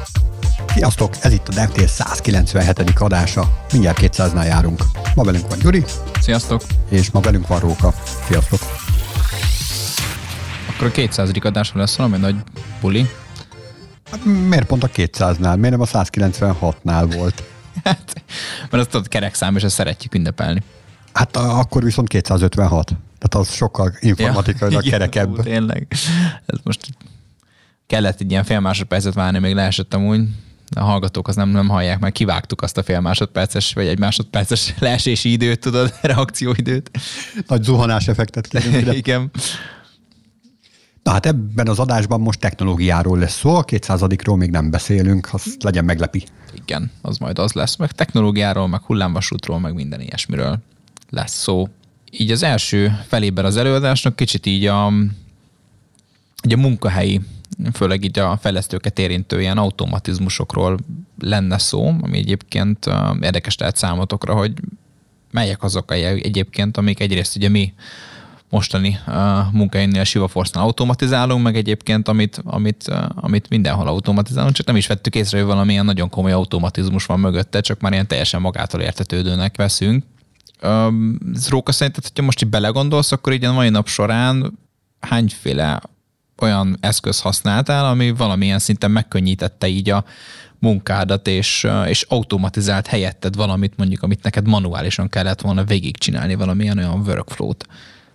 Sziasztok! Ez itt a DevTales 197. adása. Mindjárt 200-nál járunk. Ma velünk van Gyuri. Sziasztok! És ma velünk van Róka. Sziasztok! Akkor a 200. adásra lesz valami nagy buli? Hát miért pont a 200-nál? Miért nem a 196-nál volt? Hát, mert azt tudod kerekszám, és ezt szeretjük ünnepelni. Hát akkor viszont 256. Tehát az sokkal informatikailag kerekebb. Tényleg. Ez most kellett egy ilyen fél másodpercet várni, még leesett amúgy. A hallgatók az nem hallják, mert kivágtuk azt a fél másodperces, vagy egy másodperces leesési időt, tudod, reakcióidőt. Nagy zuhanás effektet kérünk ide. Igen. Na hát ebben az adásban most technológiáról lesz szó, a 200-ról még nem beszélünk, az legyen meglepi. Igen, az majd az lesz, meg technológiáról, meg hullámvasútról, meg minden ilyesmiről lesz szó. Így az első felében az előadásnak kicsit így a munkahelyi, főleg így a fejlesztőket érintő ilyen automatizmusokról lenne szó, ami egyébként érdekes lehet számotokra, hogy melyek azok egyébként, amik egyrészt ugye mi mostani munkahelynél Shivaforce-nál automatizálunk, meg egyébként amit mindenhol automatizálunk, csak nem is vettük észre, hogy valamilyen nagyon komoly automatizmus van mögötte, csak már ilyen teljesen magától értetődőnek veszünk. Róka, szerinted, hogyha most így belegondolsz, akkor így a mai nap során hányféle olyan eszköz használtál, ami valamilyen szinten megkönnyítette így a munkádat, és automatizált helyetted valamit, mondjuk, amit neked manuálisan kellett volna végigcsinálni, valamilyen olyan workflow-t?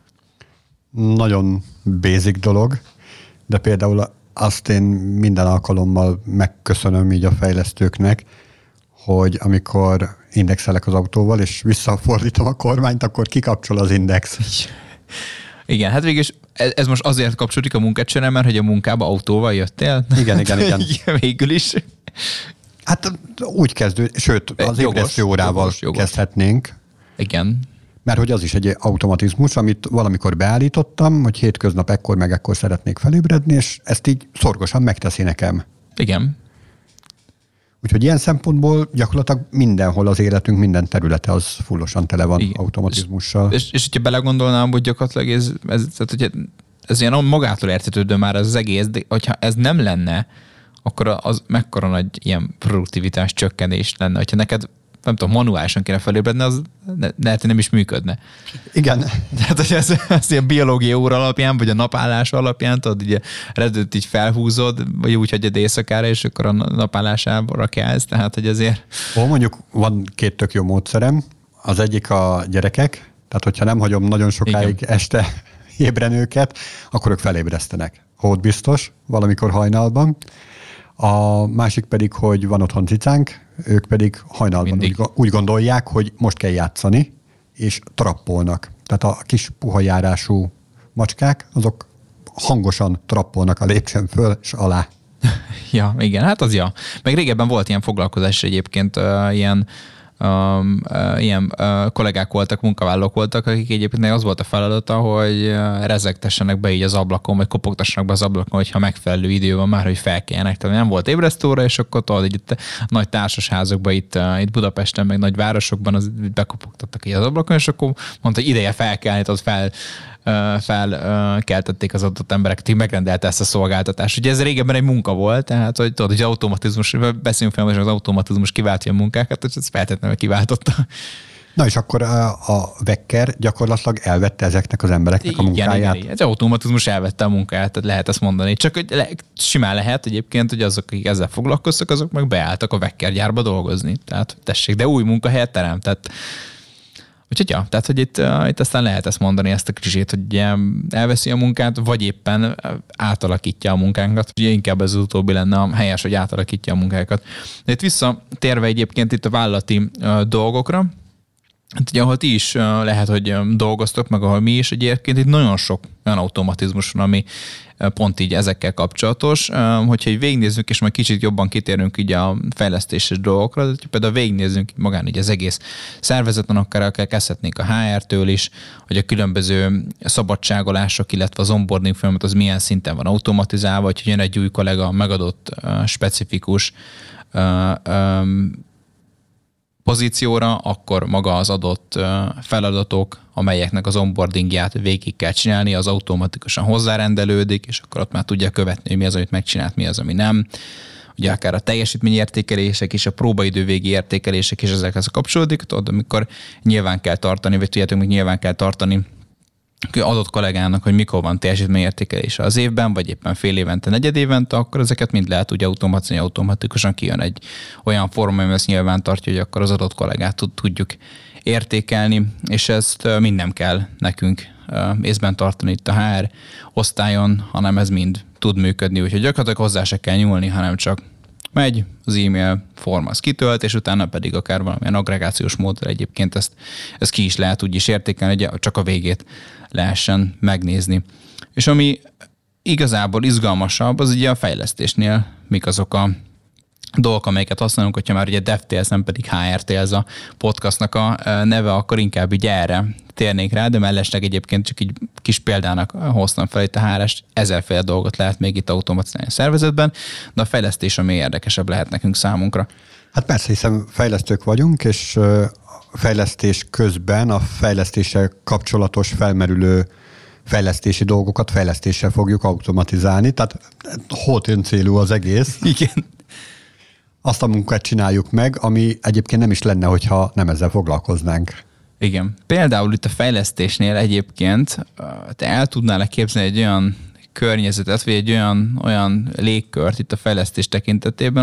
Nagyon basic dolog, de például azt én minden alkalommal megköszönöm így a fejlesztőknek, hogy amikor indexelek az autóval, és visszafordítom a kormányt, akkor kikapcsol az index. Igen, hát végülis ez most azért kapcsolódik a munkácsere, mert hogy a munkába autóval jöttél? Igen. Végül is. Hát úgy sőt, az ébresztő órával kezdhetnénk. Igen. Mert hogy az is egy automatizmus, amit valamikor beállítottam, hogy hétköznap ekkor meg ekkor szeretnék felébredni, és ezt így szorgosan megteszi nekem. Igen. Úgyhogy ilyen szempontból gyakorlatilag mindenhol az életünk minden területe az fullosan tele van. Igen. Automatizmussal. És hogyha belegondolnám, hogy gyakorlatilag ez ilyen magától értetődő már az egész, de hogyha ez nem lenne, akkor az mekkora nagy ilyen produktivitás csökkenés lenne. Hogyha neked nem tudom, manuálisan kéne felébredni, az lehet, hogy nem is működne. Igen. Tehát, hogy ez ilyen biológia óra alapján, vagy a napállás alapján, tudod, így a redőt így felhúzod, vagy úgy hagyod éjszakára, és akkor a napállására kelsz, tehát, hogy azért... Mondjuk van két tök jó módszerem. Az egyik a gyerekek, tehát hogyha nem hagyom nagyon sokáig igen. este ébren őket, akkor ők felébresztenek. Hód biztos, valamikor hajnalban. A másik pedig, hogy van otthon cicánk, ők pedig hajnalban úgy gondolják, hogy most kell játszani, és trappolnak. Tehát a kis puha járású macskák, azok hangosan trappolnak a lépcsőn föl és alá. Ja, igen, hát az ja. Meg régebben volt ilyen foglalkozás egyébként, ilyen kollégák voltak, munkavállalók voltak, akik egyébként az volt a feladata, hogy rezegtessenek be így az ablakon, vagy kopogtassanak be az ablakon, hogyha megfelelő idő van már, hogy felkeljenek. Tehát nem volt ébresztőóra, és akkor tudod, így itt nagy társasházakban, itt Budapesten, meg nagy városokban bekopogtattak így az ablakon, és akkor mondta, hogy ideje felkelni, tehát felkeltették az adott embereket, hogy megrendelte ezt a szolgáltatást. Ugye ez régebben egy munka volt, tehát hogy tudod, hogy automatizmus, beszélünk fel, hogy az automatizmus kiváltja a munkákat, és ez feltétlenül kiváltotta. Na és akkor a Wecker gyakorlatilag elvette ezeknek az embereknek a munkáját. Igen. Ez automatizmus elvette a munkáját, tehát lehet ezt mondani. Csak hogy simán lehet egyébként, hogy azok, akik ezzel foglalkoztak, azok meg beálltak a Wecker gyárba dolgozni. Tehát tessék, de új munkahelyet teremtett. Úgyhogy ja, tehát hogy itt aztán lehet ezt mondani, ezt a klisét, hogy elveszi a munkát, vagy éppen átalakítja a munkánkat. Ugye inkább ez az utóbbi lenne a helyes, hogy átalakítja a munkákat. De itt visszatérve egyébként itt a vállalati dolgokra, hát ugye, ahol ti is lehet, hogy dolgoztok, meg ahol mi is, egyébként itt nagyon sok olyan automatizmus van, ami pont így ezekkel kapcsolatos. Hogyha így végignézzük, és majd kicsit jobban kitérünk így a fejlesztéses dolgokra, de például végignézzünk magán így az egész szervezeten, akár kezdhetnénk a HR-től is, hogy a különböző szabadságolások, illetve az onboarding folyamat az milyen szinten van automatizálva, hogy jön egy új kollega megadott specifikus pozícióra, akkor maga az adott feladatok, amelyeknek az onboardingját végig kell csinálni, az automatikusan hozzárendelődik, és akkor ott már tudja követni, hogy mi az, amit megcsinált, mi az, ami nem. ugye akár a teljesítményértékelések és a próbaidővégi értékelések is ezekhez kapcsolódik, tudod, amikor nyilván kell tartani, vagy tudjátok, még nyilván kell tartani adott kollégának, hogy mikor van teljesítményértékelése az évben, vagy éppen fél évente, negyed évente, akkor ezeket mind lehet ugye automatikusan kijön egy olyan forma, ami ezt nyilván tartja, hogy akkor az adott kollégát tudjuk értékelni, és ezt mind nem kell nekünk észben tartani itt a HR osztályon, hanem ez mind tud működni, úgyhogy gyakorlatilag hozzá se kell nyúlni, hanem csak megy, az e-mail forma az kitölt, és utána pedig akár valamilyen agregációs módra egyébként ezt ki is lehet úgy is értékelni, hogy csak a végét lehessen megnézni. És ami igazából izgalmasabb, az ugye a fejlesztésnél mik azok a dolgok, amelyeket használunk, hogyha már ugye DevTales, nem pedig HRTales a podcastnak a neve, akkor inkább így erre térnék rá, de mellesleg egyébként csak így kis példának hoztam fel itt a HR-est, ezerféle dolgot lehet még itt automatizálni a szervezetben, de a fejlesztés ami érdekesebb lehet nekünk számunkra. Hát persze, hiszen fejlesztők vagyunk, és fejlesztés közben a fejlesztéssel kapcsolatos felmerülő fejlesztési dolgokat fejlesztéssel fogjuk automatizálni, tehát holt célú az egész. Igen. Azt a munkát csináljuk meg, ami egyébként nem is lenne, hogyha nem ezzel foglalkoznánk. Igen. Például itt a fejlesztésnél egyébként te el tudnál képzelni egy olyan környezetet, vagy egy olyan légkört itt a fejlesztés tekintetében,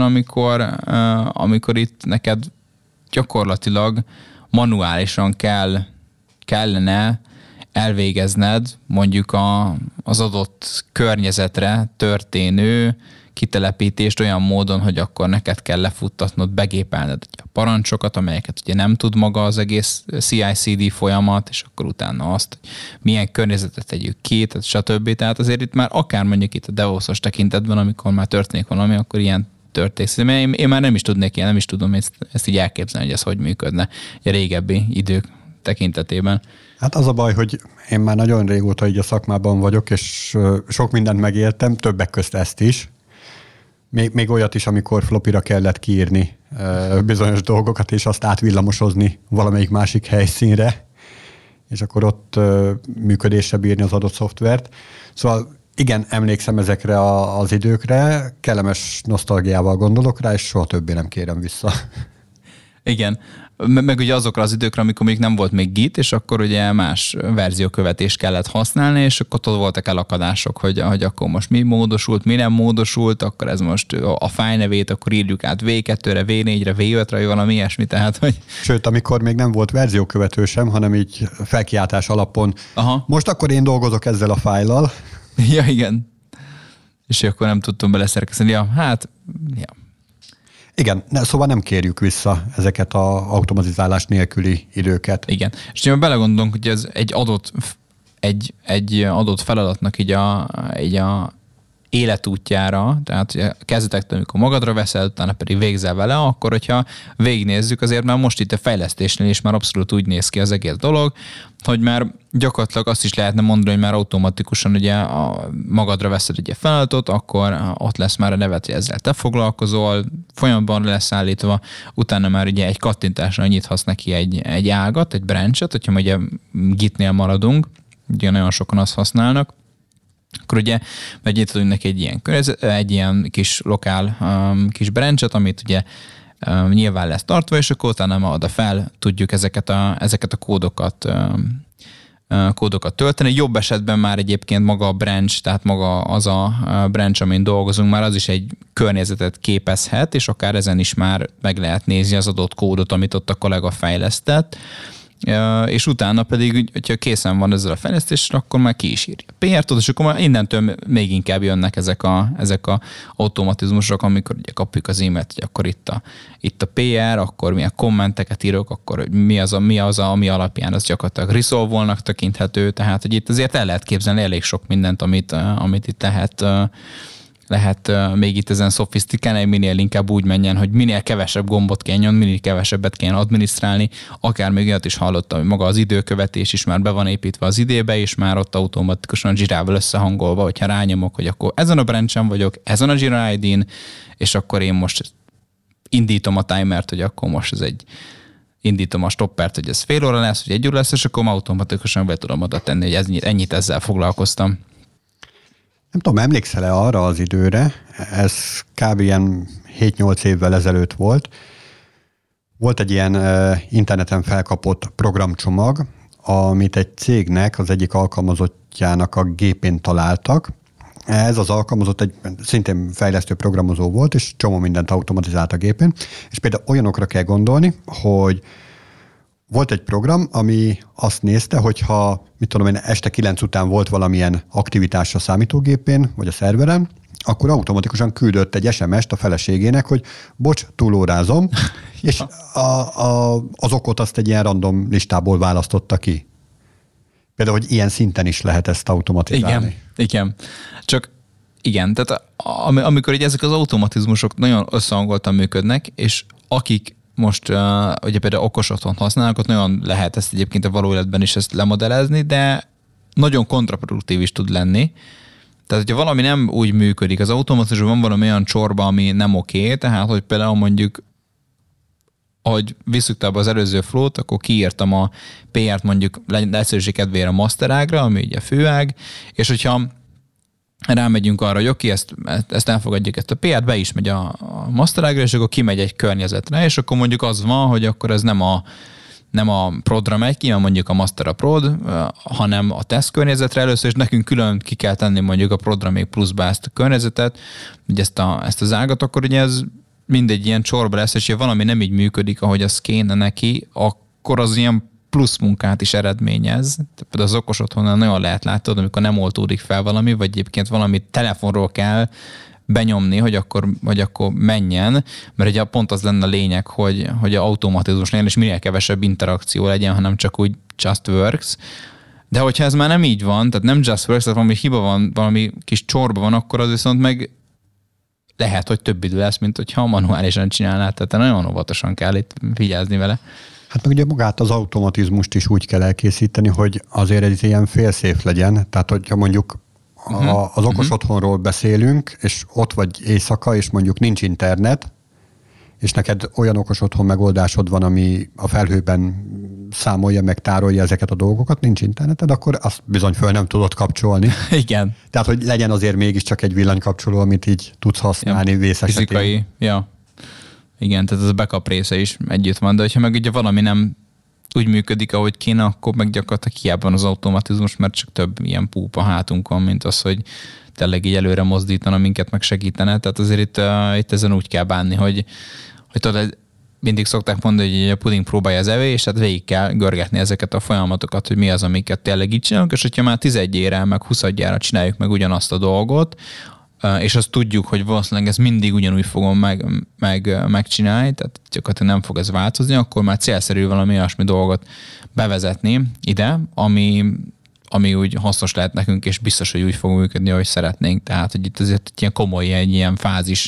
amikor itt neked gyakorlatilag manuálisan kellene elvégezned mondjuk az adott környezetre történő kitelepítést olyan módon, hogy akkor neked kell lefuttatnod, begépelned a parancsokat, amelyeket ugye nem tud maga az egész CI/CD folyamat, és akkor utána azt, hogy milyen környezetet tegyük ki, tehát stb. Tehát azért itt már akár mondjuk itt a DevOps-os tekintetben, amikor már történik valami, akkor ilyen történik. Én már nem is tudnék ilyen, nem is tudom ezt így elképzelni, hogy ez hogy működne a régebbi idők tekintetében. Hát az a baj, hogy én már nagyon régóta így a szakmában vagyok, és sok mindent megéltem, többek közt ezt is. Még olyat is, amikor flopira kellett kiírni bizonyos dolgokat, és azt átvillamosozni valamelyik másik helyszínre, és akkor ott működésre bírni az adott szoftvert. Szóval igen, emlékszem ezekre az időkre, kellemes nosztalgiával gondolok rá, és soha többé nem kérem vissza. Igen. Meg ugye azokra az időkre, amikor még nem volt még Git, és akkor ugye más verziókövetést kellett használni, és akkor ott voltak elakadások, hogy akkor most mi módosult, mi nem módosult, akkor ez most a fájlnevét, akkor írjuk át V2-re, V4-re, V5-re, vagy valami ilyesmi, tehát hogy... Sőt, amikor még nem volt verziókövető sem, hanem így felkiáltás alapon. Aha. Most akkor én dolgozok ezzel a fájllal. Ja, igen. És akkor nem tudtam beleszerkeszteni. Ja, hát... Ja. Igen, szóval nem kérjük vissza ezeket az automatizálás nélküli időket. Igen. És ha belegondolunk, hogy ez egy adott feladatnak így a életútjára, tehát kezdetektől, amikor magadra veszel, utána pedig végzel vele, akkor hogyha végignézzük, azért már most itt a fejlesztésnél is már abszolút úgy néz ki az egész dolog, hogy már gyakorlatilag azt is lehetne mondani, hogy már automatikusan ugye magadra veszed egy feladatot, akkor ott lesz már a nevet, hogy ezzel te foglalkozol, folyamatban lesz állítva, utána már ugye egy kattintásra nyithatsz neki egy ágat, egy branchet, hogyha ugye Gitnél maradunk, ugye nagyon sokan azt használnak, akkor ugye megnyitodunk neki egy ilyen kis lokál kis branchet, amit ugye nyilván lesz tartva, és akkor utána oda fel tudjuk ezeket a kódokat tölteni. Jobb esetben már egyébként maga a branch, tehát maga az a branch, amin dolgozunk, már az is egy környezetet képezhet, és akár ezen is már meg lehet nézni az adott kódot, amit ott a kollega fejlesztett, és utána pedig, hogyha készen van ezzel a fejlesztéssel, akkor már ki is írja PR-t, és akkor már innentől még inkább jönnek ezek a automatizmusok, amikor ugye kapjuk az e-mailt, hogy akkor itt a PR, akkor milyen kommenteket írok, akkor mi az, ami alapján az gyakorlatilag resolve-olnak tekinthető, tehát hogy itt azért el lehet képzelni elég sok mindent, amit itt lehet még itt ezen szofisztikálni, minél inkább úgy menjen, hogy minél kevesebb gombot kell nyomni, minél kevesebbet kell adminisztrálni, akár még olyat is hallottam, hogy maga az időkövetés is már be van építve az idébe, és már ott automatikusan a Jira-val összehangolva, hogyha rányomok, hogy akkor ezen a branchen vagyok, ezen a Jira ID-n, és akkor én most indítom a timert, hogy akkor most indítom a stoppert, hogy ez fél óra lesz, vagy egy óra lesz, és akkor automatikusan be tudom oda tenni, hogy ennyit ezzel foglalkoztam. Nem tudom, emlékszel-e arra az időre, ez kb. Ilyen 7-8 évvel ezelőtt volt. Volt egy ilyen interneten felkapott programcsomag, amit egy cégnek, az egyik alkalmazottjának a gépén találtak. Ez az alkalmazott egy szintén fejlesztő programozó volt, és csomó mindent automatizált a gépén. És például olyanokra kell gondolni, hogy volt egy program, ami azt nézte, hogyha, mit tudom én, este 9 után volt valamilyen aktivitás a számítógépén, vagy a szerveren, akkor automatikusan küldött egy SMS-t a feleségének, hogy bocs, túlórázom, és az okot azt egy ilyen random listából választotta ki. Például, hogy ilyen szinten is lehet ezt automatizálni. Igen. Csak igen, tehát amikor így ezek az automatizmusok nagyon összehangoltan működnek, és akik most ugye például okos otthont használnak, ott nagyon lehet ezt egyébként a való életben is ezt lemodellezni, de nagyon kontraproduktív is tud lenni. Tehát, hogyha valami nem úgy működik, az automatizmusban van valami olyan csorba, ami nem oké, tehát, hogy például mondjuk, ahogy visszük tovább az előző flót, akkor kiírtam a PR-t mondjuk leegyszerűség kedvére a master ágra, ami ugye a főág, és hogyha rámegyünk arra, hogy oké, ezt elfogadjuk, ezt a PR-t, be is megy a master ágra, és akkor kimegy egy környezetre, és akkor mondjuk az van, hogy akkor ez nem a prodra megy ki, mondjuk a master a prod, hanem a test környezetre először, és nekünk külön ki kell tenni mondjuk a prodra még pluszba ezt a környezetet, ugye ezt az ágat, akkor ugye ez mindegy ilyen csorba lesz, és ha valami nem így működik, ahogy az kéne neki, akkor az ilyen plusz munkát is eredményez. Például az okos otthonnal nagyon lehet látni, amikor nem oldódik fel valami, vagy egyébként valami telefonról kell benyomni, hogy akkor menjen, mert ugye pont az lenne a lényeg, hogy automatizmus legyen, és minél kevesebb interakció legyen, hanem csak úgy just works. De hogyha ez már nem így van, tehát nem just works, tehát valami hiba van, valami kis csorba van, akkor az viszont meg lehet, hogy több idő lesz, mint hogyha manuálisan csinálnád, tehát nagyon óvatosan kell itt vigyázni vele. Hát meg ugye magát az automatizmust is úgy kell elkészíteni, hogy azért ez ilyen fail-safe legyen, tehát hogyha mondjuk az okos otthonról beszélünk, és ott vagy éjszaka, és mondjuk nincs internet, és neked olyan okos otthon megoldásod van, ami a felhőben számolja, meg tárolja ezeket a dolgokat, nincs interneted, akkor azt bizony föl nem tudod kapcsolni. Igen. Tehát, hogy legyen azért mégiscsak egy villanykapcsoló, amit így tudsz használni vész fizikai, ja. Igen, tehát ez a backup része is együtt van, de hogyha meg ugye valami nem úgy működik, ahogy kéne, akkor meg gyakorlatilag hiába van az automatizmus, mert csak több ilyen púp a hátunkon, mint az, hogy tényleg így előre mozdítana minket, meg segítene. Tehát azért itt ezen úgy kell bánni, hogy tudod, mindig szokták mondani, hogy a puding próbálja az evés, tehát végig kell görgetni ezeket a folyamatokat, hogy mi az, amiket tényleg így csinálunk, és hogyha már 11-ére, meg 20-jára csináljuk meg ugyanazt a dolgot, és azt tudjuk, hogy valószínűleg ez mindig ugyanúgy fogom megcsinálni, tehát gyakorlatilag nem fog ez változni, akkor már célszerű valami olyasmi dolgot bevezetni ide, ami úgy hasznos lehet nekünk, és biztos, hogy úgy fog működni, ahogy szeretnénk. Tehát, hogy itt azért egy ilyen komoly, egy ilyen fázis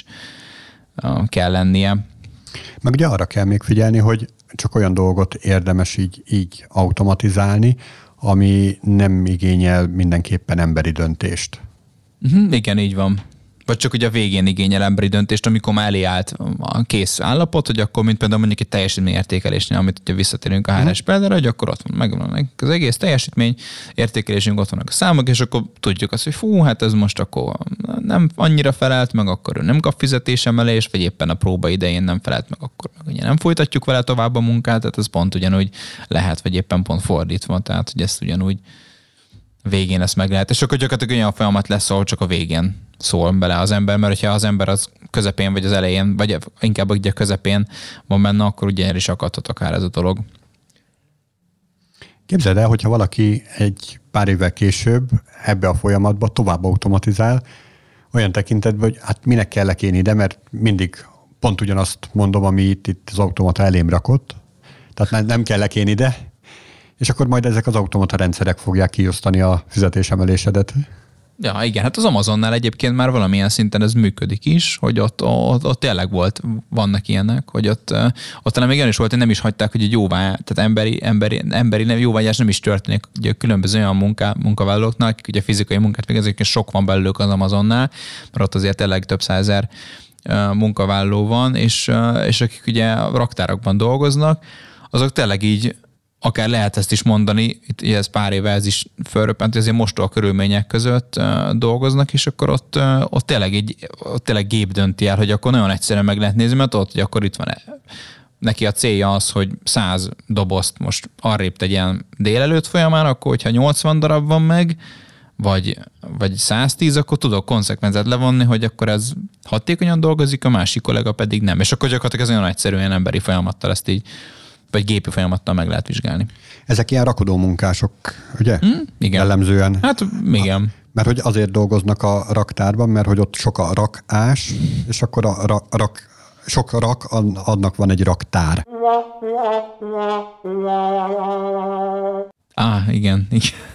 kell lennie. Meg ugye arra kell még figyelni, hogy csak olyan dolgot érdemes így automatizálni, ami nem igényel mindenképpen emberi döntést. Igen, így van. Vagy csak ugye a végén igényel emberi döntést, amikor már elé állt a kész állapot, hogy akkor, mint például mondjuk egy teljesítményértékelésnél, amit ugye visszatérünk a HRS példára, hogy akkor ott van megvan az egész teljesítmény értékelésünk, ott vannak a számok, és akkor tudjuk azt, hogy hát ez most akkor nem annyira felelt, meg akkor ő nem kap fizetésemelést, vagy éppen a próba idején nem felelt, meg akkor meg ugye nem folytatjuk vele tovább a munkát, tehát ez pont ugyanúgy lehet, vagy éppen pont fordítva, tehát hogy ezt ugyanúgy végén ezt meg lehet. És akkor gyakorlatilag olyan folyamat lesz, ahol csak a végén szól bele az ember, mert hogyha az ember az közepén vagy az elején, vagy inkább ugye közepén van benne, akkor ugye el is akadhat akár ez a dolog. Képzeld el, hogyha valaki egy pár évvel később ebbe a folyamatba tovább automatizál, olyan tekintetben, hogy hát minek kellek én ide, mert mindig pont ugyanazt mondom, ami itt az automata elém rakott, tehát nem kellek én ide, és akkor majd ezek az automata rendszerek fogják kiosztani a fizetésemelésedet. Ja, igen, hát az Amazonnál egyébként már valamilyen szinten ez működik is, hogy ott tényleg vannak ilyenek, hogy ott talán még olyan is volt, hogy nem is hagyták, hogy egy tehát emberi jóvágyás nem is történik. Ugye különböző olyan munkavállalóknak, akik ugye fizikai munkát végeznek, és sok van belőlük az Amazonnál, mert ott azért tényleg több százezer munkavállaló van, és akik ugye raktárakban dolgoznak, azok tényleg így akár lehet ezt is mondani, itt ez pár éve ez is fölröppent, hogy azért mostó körülmények között dolgoznak, és akkor ott tényleg gép dönti el, hogy akkor nagyon egyszerűen meg lehet nézni, mert ott, hogy akkor itt van neki a célja az, hogy 100 dobozt most arrébb tegyen délelőtt folyamán, akkor hogyha 80 darab van meg, vagy 110, akkor tudok konzekvenciát levonni, hogy akkor ez hatékonyan dolgozik, a másik kollega pedig nem. És akkor gyakorlatilag ez olyan egyszerűen emberi folyamattal ezt így, vagy gépi folyamattal meg lehet vizsgálni. Ezek ilyen rakodó munkások, ugye? Igen. Jellemzően. Hát igen. Mert hogy azért dolgoznak a raktárban, mert hogy ott sok a rakás, és akkor sok rak, annak van egy raktár. Igen.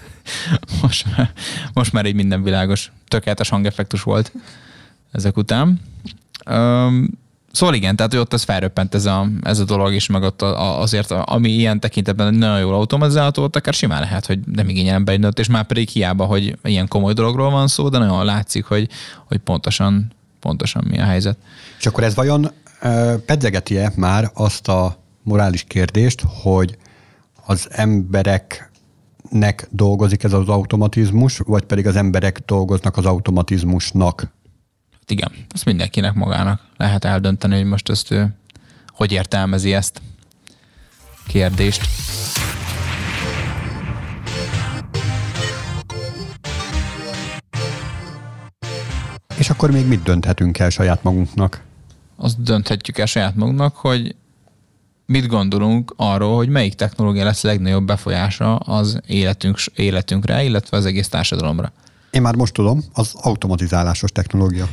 Most már így minden világos. Tökéletes hangeffektus volt ezek után. Szóval igen, tehát ott az felröppent ez a dolog is, meg ott azért, ami ilyen tekintetben nagyon jól automatizálható, ott akár simán lehet, hogy nem igényel ember egy nőt, és már pedig hiába, hogy ilyen komoly dologról van szó, de nagyon látszik, hogy pontosan mi a helyzet. És akkor ez vajon pedzegeti-e már azt a morális kérdést, hogy az embereknek dolgozik ez az automatizmus, vagy pedig az emberek dolgoznak az automatizmusnak? Igen, ezt mindenkinek magának lehet eldönteni, hogy most ezt ő hogy értelmezi ezt kérdést. És akkor még mit dönthetünk el saját magunknak? Azt dönthetjük el saját magunknak, hogy mit gondolunk arról, hogy melyik technológia lesz a legnagyobb befolyása az életünkre, illetve az egész társadalomra. Én már most tudom, az automatizálásos technológia.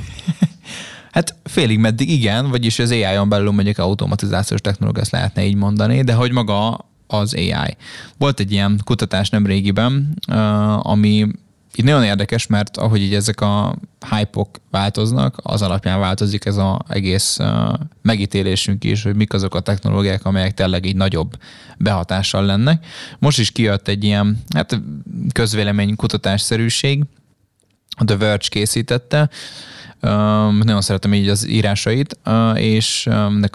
Hát félig meddig igen, vagyis az AI-on belül mondjuk automatizációs technológia, ezt lehetne így mondani, de hogy maga az AI. Volt egy ilyen kutatás nemrégiben, ami így nagyon érdekes, mert ahogy így ezek a hype-ok változnak, az alapján változik ez az egész megítélésünk is, hogy mik azok a technológiák, amelyek tényleg így nagyobb behatással lennek. Most is kijött egy ilyen közvélemény kutatásszerűség, a The Verge készítette, nagyon szeretem így az írásait, és ennek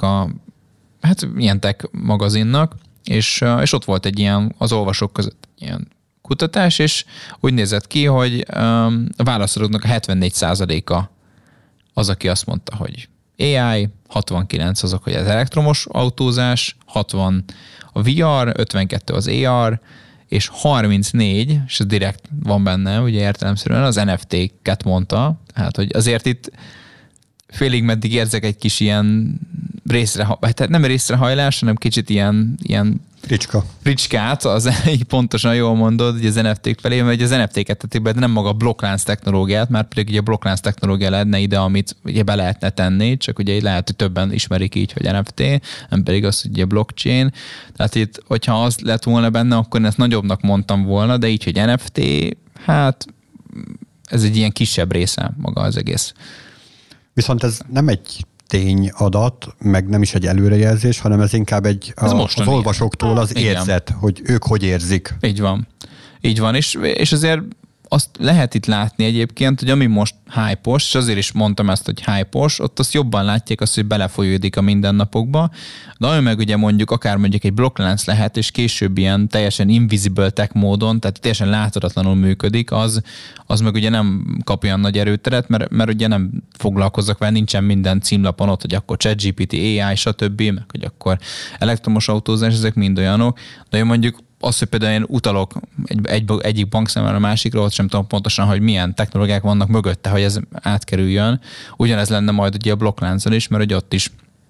ilyen tech magazinnak, és ott volt egy ilyen az olvasók között ilyen kutatás, és úgy nézett ki, hogy a válaszolóknak a 74%-a az, aki azt mondta, hogy AI, 69 azok, hogy az elektromos autózás, 60 a VR, 52 az AR, és 34, és ez direkt van benne, ugye értelemszerűen, az NFT-ket mondta, hát hogy azért itt félig meddig érzek egy kis ilyen tehát nem részrehajlás, hanem kicsit ilyen fricskát, az pontosan jól mondod, hogy az NFT-k felé, mert az NFT-ket tették be, de nem maga a blokklánc technológiát, már pedig ugye a blokklánc technológia lenne ide, amit ugye be lehetne tenni, csak ugye lehet, hogy többen ismerik így, hogy NFT, nem pedig az, hogy ugye blockchain. Tehát itt, hogyha az lett volna benne, akkor én ezt nagyobbnak mondtam volna, de így, hogy NFT, hát ez egy ilyen kisebb része maga az egész. Viszont ez nem egy tényadat, meg nem is egy előrejelzés, hanem ez inkább az olvasóktól az érzet, hogy ők hogy érzik. Így van, és azért azt lehet itt látni egyébként, hogy ami most hype-os, és azért is mondtam ezt, hogy hype-os, ott azt jobban látják azt, hogy belefolyódik a mindennapokba, de ami meg ugye akár mondjuk egy blokklánc lehet, és később ilyen teljesen invisible tech módon, tehát teljesen láthatatlanul működik, az meg ugye nem kap olyan nagy erőteret, mert ugye nem foglalkozzak vele, nincsen minden címlapon ott, hogy akkor ChatGPT, AI, stb., meg hogy akkor elektromos autózás, ezek mind olyanok, de mondjuk az, hogy például én utalok egyik bankszámlára a másikra, ott sem tudom pontosan, hogy milyen technológiák vannak mögötte, hogy ez átkerüljön. Ugyanez lenne majd ugye a blokkláncon is, mert hogy ott is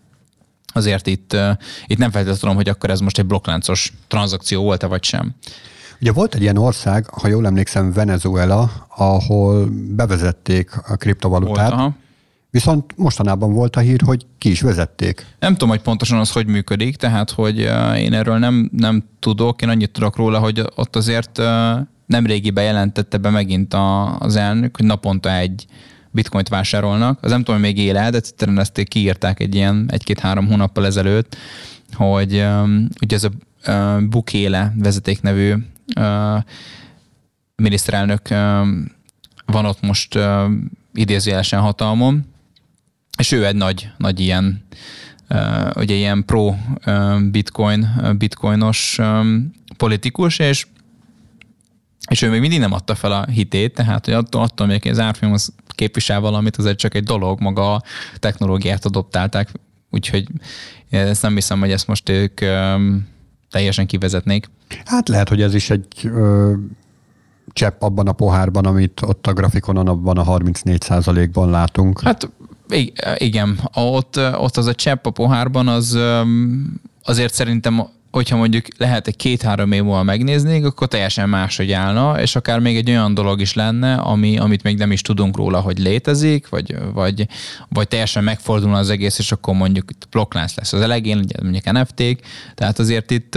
azért itt nem feltétlenül tudom, hogy akkor ez most egy blokkláncos tranzakció volt-e vagy sem. Ugye volt egy ilyen ország, ha jól emlékszem, Venezuela, ahol bevezették a kriptovalutát, viszont mostanában volt a hír, hogy ki is vezették. Nem tudom, hogy pontosan az hogy működik, tehát hogy én erről nem tudok, én annyit tudok róla, hogy ott azért nemrégiben jelentette be megint az elnök, hogy naponta egy bitcoint vásárolnak. Az nem tudom, hogy még él-e, de egyszerűen ezt kiírták egy 2-3 hónappal ezelőtt, hogy ugye ez a Bukele vezetéknevű miniszterelnök van ott most idézőjelesen hatalmon, és ő egy nagy ilyen ugye ilyen bitcoinos politikus, és ő még mindig nem adta fel a hitét, tehát hogy attól még az árfolyam az képvisel valamit, az csak egy dolog, maga a technológiát adoptálták, úgyhogy ezt nem hiszem, hogy ezt most ők teljesen kivezetnék. Hát lehet, hogy ez is egy csepp abban a pohárban, amit ott a grafikonon abban a 34%-ban látunk. Hát igen, ott az a csepp a pohárban, az azért szerintem, hogyha mondjuk lehet egy 2-3 év múlva megnéznék, akkor teljesen máshogy állna, és akár még egy olyan dolog is lenne, amit még nem is tudunk róla, hogy létezik, vagy teljesen megfordulna az egész, és akkor mondjuk blokklánc lesz az elején, mondjuk NFT-k, tehát azért itt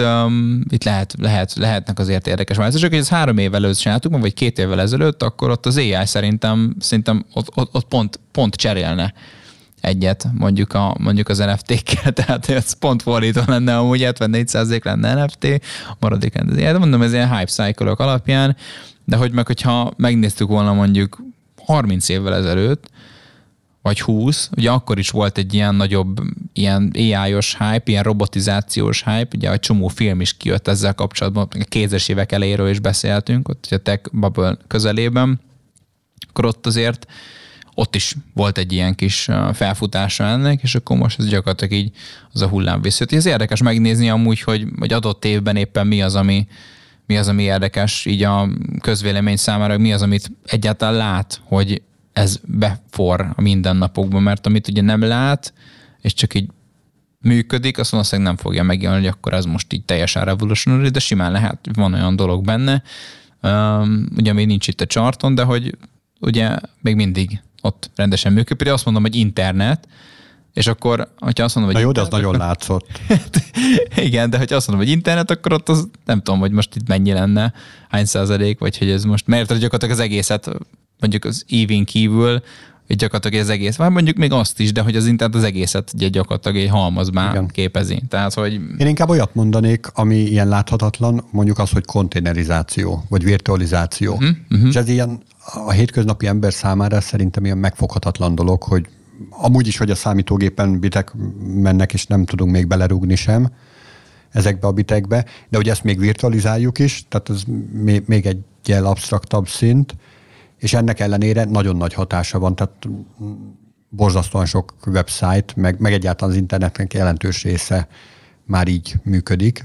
lehetnek azért érdekes változások, hogy ez 3 év előtt csináltuk, vagy 2 évvel ezelőtt, akkor ott az AI szerintem ott pont cserélne egyet mondjuk az NFT-kkel, tehát ez pont fordítva lenne, amúgy 74% lenne NFT, maradék ez. De mondom, ez ilyen hype cycle-ok alapján, de hogyha megnéztük volna mondjuk 30 évvel ezelőtt, vagy 20, ugye akkor is volt egy ilyen nagyobb, ilyen AI-os hype, ilyen robotizációs hype, ugye egy csomó film is kijött ezzel kapcsolatban, a 2000-es évek elejéről is beszéltünk, ott a tech bubble közelében, akkor ott is volt egy ilyen kis felfutása ennek, és akkor most ez gyakorlatilag így az a hullám visszajött. Ez érdekes megnézni amúgy, hogy adott évben éppen mi az, ami érdekes így a közvélemény számára, mi az, amit egyáltalán lát, hogy ez befor a mindennapokban, mert amit ugye nem lát, és csak így működik, azt valószínűleg nem fogja megjelenni, hogy akkor ez most így teljesen revolutionary, de simán lehet, van olyan dolog benne, ugye még nincs itt a charton, de hogy ugye még mindig ott rendesen működik. Például azt mondom, hogy internet, és akkor, hogyha azt mondom, hogy na jó, de az nagyon látszott. Igen, de hogyha azt mondom, hogy internet, akkor ott az nem tudom, hogy most itt mennyi lenne, hány százalék, vagy hogy ez most, mert gyakorlatilag az egészet, mondjuk az EV-n kívül, hogy gyakorlatilag az egész, vagy mondjuk még azt is, de hogy az internet az egészet ugye gyakorlatilag egy halmazban képezi. Tehát, hogy... Én inkább olyat mondanék, ami ilyen láthatatlan, mondjuk az, hogy konténerizáció, vagy virtualizáció. És ez ilyen a hétköznapi ember számára szerintem ilyen megfoghatatlan dolog, hogy amúgy is, hogy a számítógépen bitek mennek, és nem tudunk még belerúgni sem ezekbe a bitekbe, de hogy ezt még virtualizáljuk is, tehát ez még egy ilyen absztraktabb szint, és ennek ellenére nagyon nagy hatása van, tehát borzasztóan sok website, meg egyáltalán az internetnek jelentős része már így működik.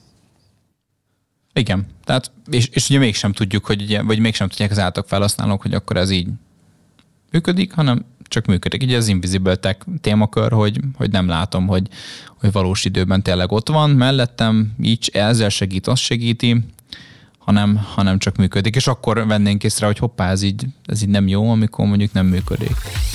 Igen, tehát, és ugye mégsem tudjuk, vagy mégsem tudják az felhasználók, hogy akkor ez így működik, hanem csak működik. Ugye az Invisible Tech témakör, hogy nem látom, hogy valós időben tényleg ott van mellettem, így ezzel segít, azt segíti, hanem csak működik. És akkor vennénk észre, hogy hoppá, ez így nem jó, amikor mondjuk nem működik.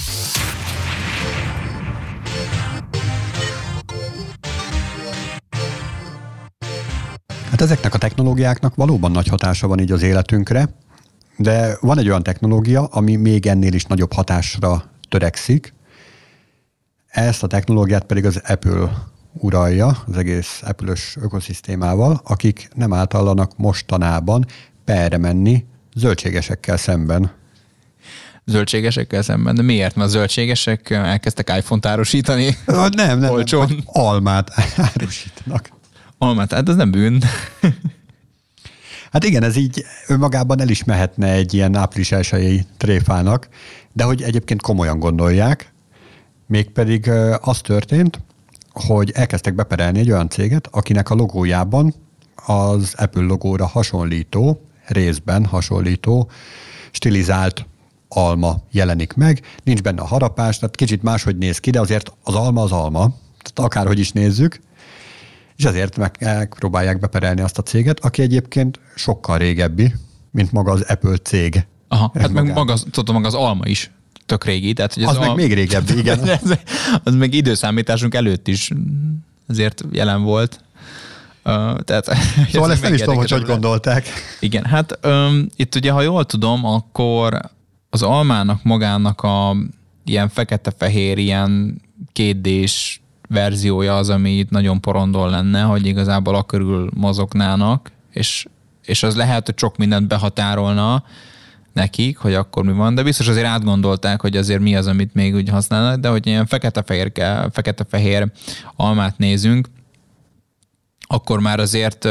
Hát ezeknek a technológiáknak valóban nagy hatása van így az életünkre, de van egy olyan technológia, ami még ennél is nagyobb hatásra törekszik. Ezt a technológiát pedig az Apple uralja, az egész Apple-ös ökoszisztémával, akik nem általanak mostanában perre menni zöldségesekkel szemben. Zöldségesekkel szemben? De miért? Mert a zöldségesek elkezdtek iPhone-t árusítani? Nem, almát árusítanak. Almát, hát ez nem bűn. Hát igen, ez így önmagában el is mehetne egy ilyen április 1-i tréfának, de hogy egyébként komolyan gondolják, mégpedig az történt, hogy elkezdtek beperelni egy olyan céget, akinek a logójában az Apple logóra részben hasonlító, stilizált alma jelenik meg. Nincs benne a harapás, tehát kicsit máshogy néz ki, de azért az alma, tehát akárhogy is nézzük, és ezért megpróbálják beperelni azt a céget, aki egyébként sokkal régebbi, mint maga az Apple cég. Aha, hát meg maga az alma is tök régi. Tehát, hogy az meg még régebbi, igen. Az meg időszámításunk előtt is azért jelen volt. Szóval ezt nem is tudom, hogy gondolták. Igen, hát itt ugye, ha jól tudom, akkor az almának magának a ilyen fekete-fehér, ilyen 2D-s verziója az, ami itt nagyon porondol lenne, hogy igazából akörül mozognának, és az lehet, hogy sok mindent behatárolna, nekik, hogy akkor mi van, de biztos azért átgondolták, hogy azért mi az, amit még úgy használnak, de hogy ilyen fekete-fehér almát nézünk, akkor már azért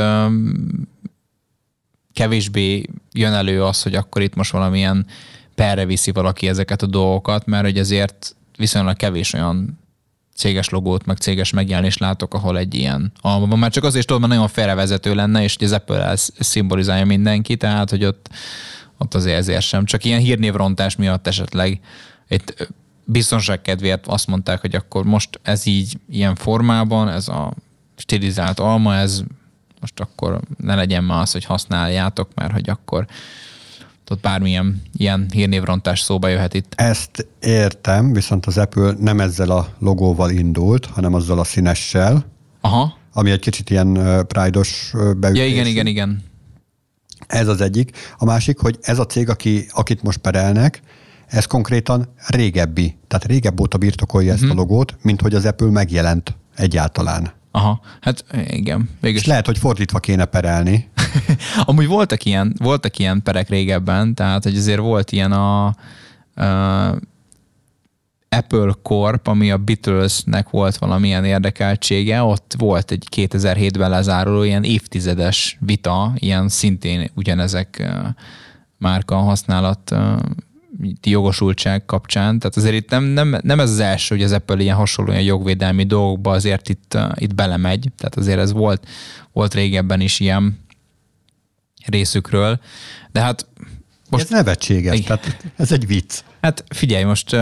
kevésbé jön elő az, hogy akkor itt most valamilyen perre viszi valaki ezeket a dolgokat, mert hogy azért viszonylag kevés olyan céges logót, meg céges megjelenést látok, ahol egy ilyen alma van. Már csak azért tudom, mert nagyon félrevezető lenne, és hogy az Apple szimbolizálja mindenki, tehát hogy ott azért ezért sem. Csak ilyen hírnévrontás miatt esetleg itt biztonság kedvéért azt mondták, hogy akkor most ez így ilyen formában, ez a stilizált alma, ez most akkor ne legyen már az, hogy használjátok, mert hogy akkor ott bármilyen ilyen hírnévrontás szóba jöhet itt. Ezt értem, viszont az Apple nem ezzel a logóval indult, hanem azzal a színessel, aha, ami egy kicsit ilyen Pride-os beütés. Ja, igen. Ez az egyik. A másik, hogy ez a cég, akit most perelnek, ez konkrétan régebbi, tehát régebb óta birtokolja ezt a logót, mint hogy az Apple megjelent egyáltalán. Aha, hát igen. És lehet, hogy fordítva kéne perelni. Amúgy voltak ilyen perek régebben, tehát hogy azért volt ilyen a Apple Corp, ami a Beatlesnek volt valamilyen érdekeltsége, ott volt egy 2007-ben lezáruló ilyen évtizedes vita, ilyen szintén ugyanezek márka használat jogosultság kapcsán. Tehát azért itt nem ez az első, hogy az Apple ilyen hasonló ilyen jogvédelmi dolgokba azért itt belemegy. Tehát azért ez volt régebben is ilyen részükről. De hát most... Ez nevetséges, tehát ez egy vicc. Hát figyelj, most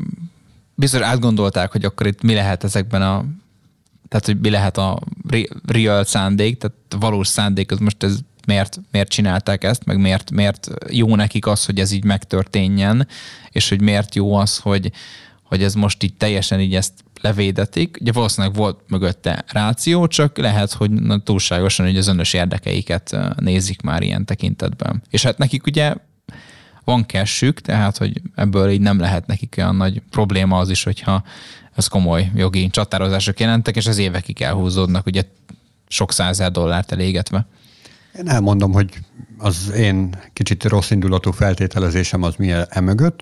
biztos átgondolták, hogy akkor itt mi lehet ezekben tehát hogy mi lehet a real szándék, tehát a valós szándék, az most ez miért csinálták ezt, meg miért jó nekik az, hogy ez így megtörténjen, és hogy miért jó az, hogy ez most így teljesen így ezt levédetik. Ugye valószínűleg volt mögötte ráció, csak lehet, hogy túlságosan hogy az önös érdekeiket nézik már ilyen tekintetben. És hát nekik ugye van cashük, tehát hogy ebből így nem lehet nekik olyan nagy probléma az is, hogyha ez komoly jogi csatározások jelentek, és az évekig elhúzódnak, ugye sok $100,000 elégetve. Én elmondom, hogy az én kicsit rossz indulatú feltételezésem az mi emögött.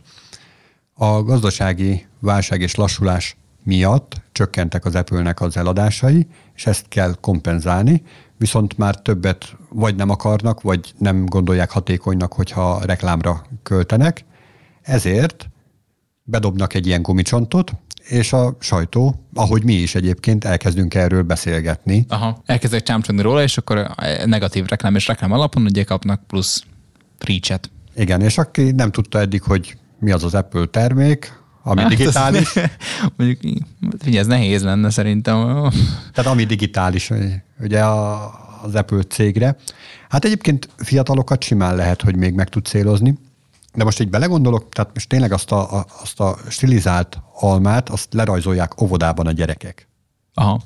A gazdasági válság és lassulás miatt csökkentek az Apple-nek az eladásai, és ezt kell kompenzálni, viszont már többet vagy nem akarnak, vagy nem gondolják hatékonynak, hogyha reklámra költenek. Ezért bedobnak egy ilyen gumicsontot, és a sajtó, ahogy mi is egyébként, elkezdünk erről beszélgetni. Aha, elkezdek csámcsogni róla, és akkor negatív reklám és reklám alapon ugye kapnak plusz reach-et. Igen, és aki nem tudta eddig, hogy mi az Apple termék, ami digitális. Mondjuk, figyelj, ez nehéz lenne szerintem. Tehát ami digitális, ugye az Apple cégre. Hát egyébként fiatalokat simán lehet, hogy még meg tud célozni, de most így belegondolok, tehát most tényleg azt a stilizált almát, azt lerajzolják óvodában a gyerekek. Aha.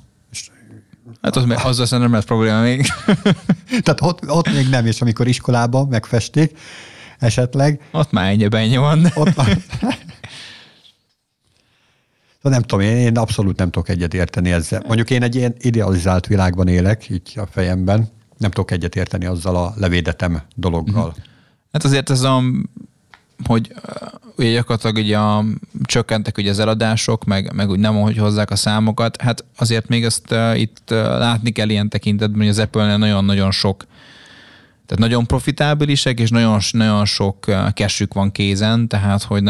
Hát azzal szerintem nem lesz probléma még. Tehát ott még nem, és amikor iskolában megfesték esetleg. Ott már ennyi van. Ott már. Nem tudom, én abszolút nem tudok egyet érteni ezzel. Mondjuk én egy ilyen idealizált világban élek, így a fejemben. Nem tudok egyet érteni azzal a levédetem dologgal. Hát azért ez hogy ugye gyakorlatilag ugye csökkentek ugye az eladások, meg úgy nem, hogy hozzák a számokat. Hát azért még ezt itt látni kell ilyen tekintetben, hogy az Apple-nél nagyon-nagyon sok, tehát nagyon profitábilisek, és nagyon sok cashük van kézen, tehát hogy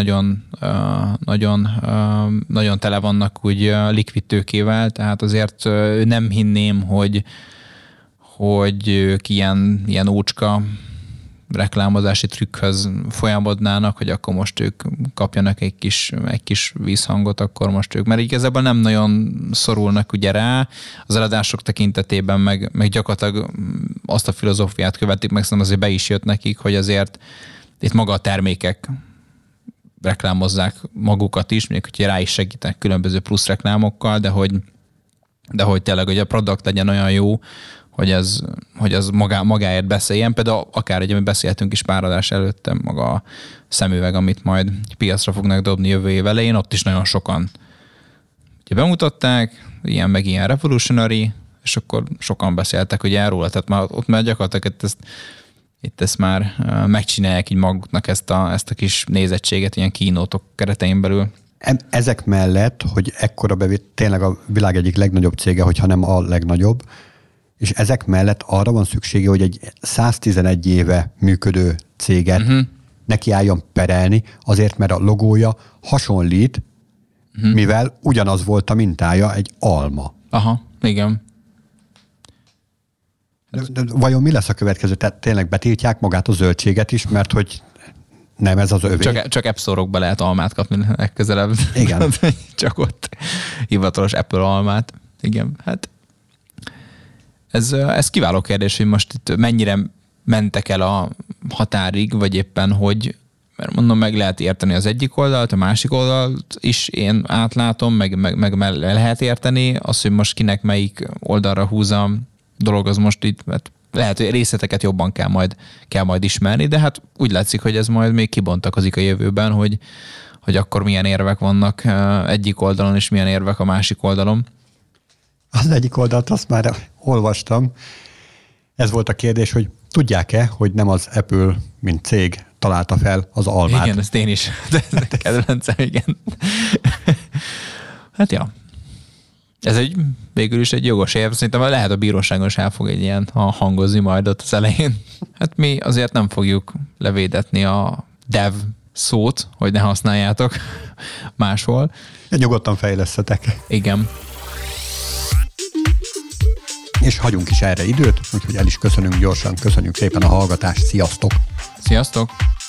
nagyon tele vannak úgy likvid tőkével, tehát azért nem hinném, hogy ők ilyen ócska reklámozási trükkhöz folyamodnának, hogy akkor most ők kapjanak egy kis vízhangot, akkor most ők, mert igazából nem nagyon szorulnak ugye rá, az eladások tekintetében meg gyakorlatilag azt a filozófiát követik, meg szerintem azért be is jött nekik, hogy azért itt maga a termékek reklámozzák magukat is, mondjuk, hogy rá is segítenek különböző plusz reklámokkal, de hogy tényleg, hogy a produkt legyen olyan jó, hogy az magáért beszéljen. Például akár egy, amit beszéltünk is pár adás előtte, maga a szemüveg, amit majd piacra fognak dobni jövő év elején, ott is nagyon sokan ugye bemutatták, ilyen meg ilyen revolutionary, és akkor sokan beszéltek ugye róla, tehát már ott már gyakorlatilag ezt itt ezt már megcsinálják így maguknak ezt a kis nézettséget ilyen kínótok keretein belül. Ezek mellett, hogy ekkora tényleg a világ egyik legnagyobb cége, hogyha nem a legnagyobb, és ezek mellett arra van szüksége, hogy egy 111 éve működő céget neki álljon perelni, azért, mert a logója hasonlít, mivel ugyanaz volt a mintája, egy alma. Aha, igen. De vajon mi lesz a következő? Tehát tényleg betiltják magát a zöldséget is, mert hogy nem ez az övé. Csak App Store-okba lehet almát kapni legközelebb. Igen. Csak ott hivatalos Apple almát. Igen, hát ez kiváló kérdés, hogy most itt mennyire mentek el a határig, vagy éppen hogy, mert mondom, meg lehet érteni az egyik oldalt, a másik oldalt is én átlátom, meg lehet érteni. Az, hogy most kinek melyik oldalra húz a dolog, az most itt, mert lehet, hogy részleteket jobban kell majd ismerni, de hát úgy látszik, hogy ez majd még kibontakozik a jövőben, hogy akkor milyen érvek vannak egyik oldalon, és milyen érvek a másik oldalon. Az egyik oldalt azt már olvastam. Ez volt a kérdés, hogy tudják-e, hogy nem az Apple, mint cég találta fel az almát? Igen, ezt én is. Kedvencem, igen. Hát ja. Ez végül is egy jogos érv. Szerintem lehet a bíróságon is el fog egy ilyen hangozni majd ott az elején. Hát mi azért nem fogjuk levédetni a dev szót, hogy ne használjátok máshol. Nyugodtan fejlesztetek. Igen. És hagyunk is erre időt, úgyhogy el is köszönünk gyorsan. Köszönjük szépen a hallgatást. Sziasztok! Sziasztok!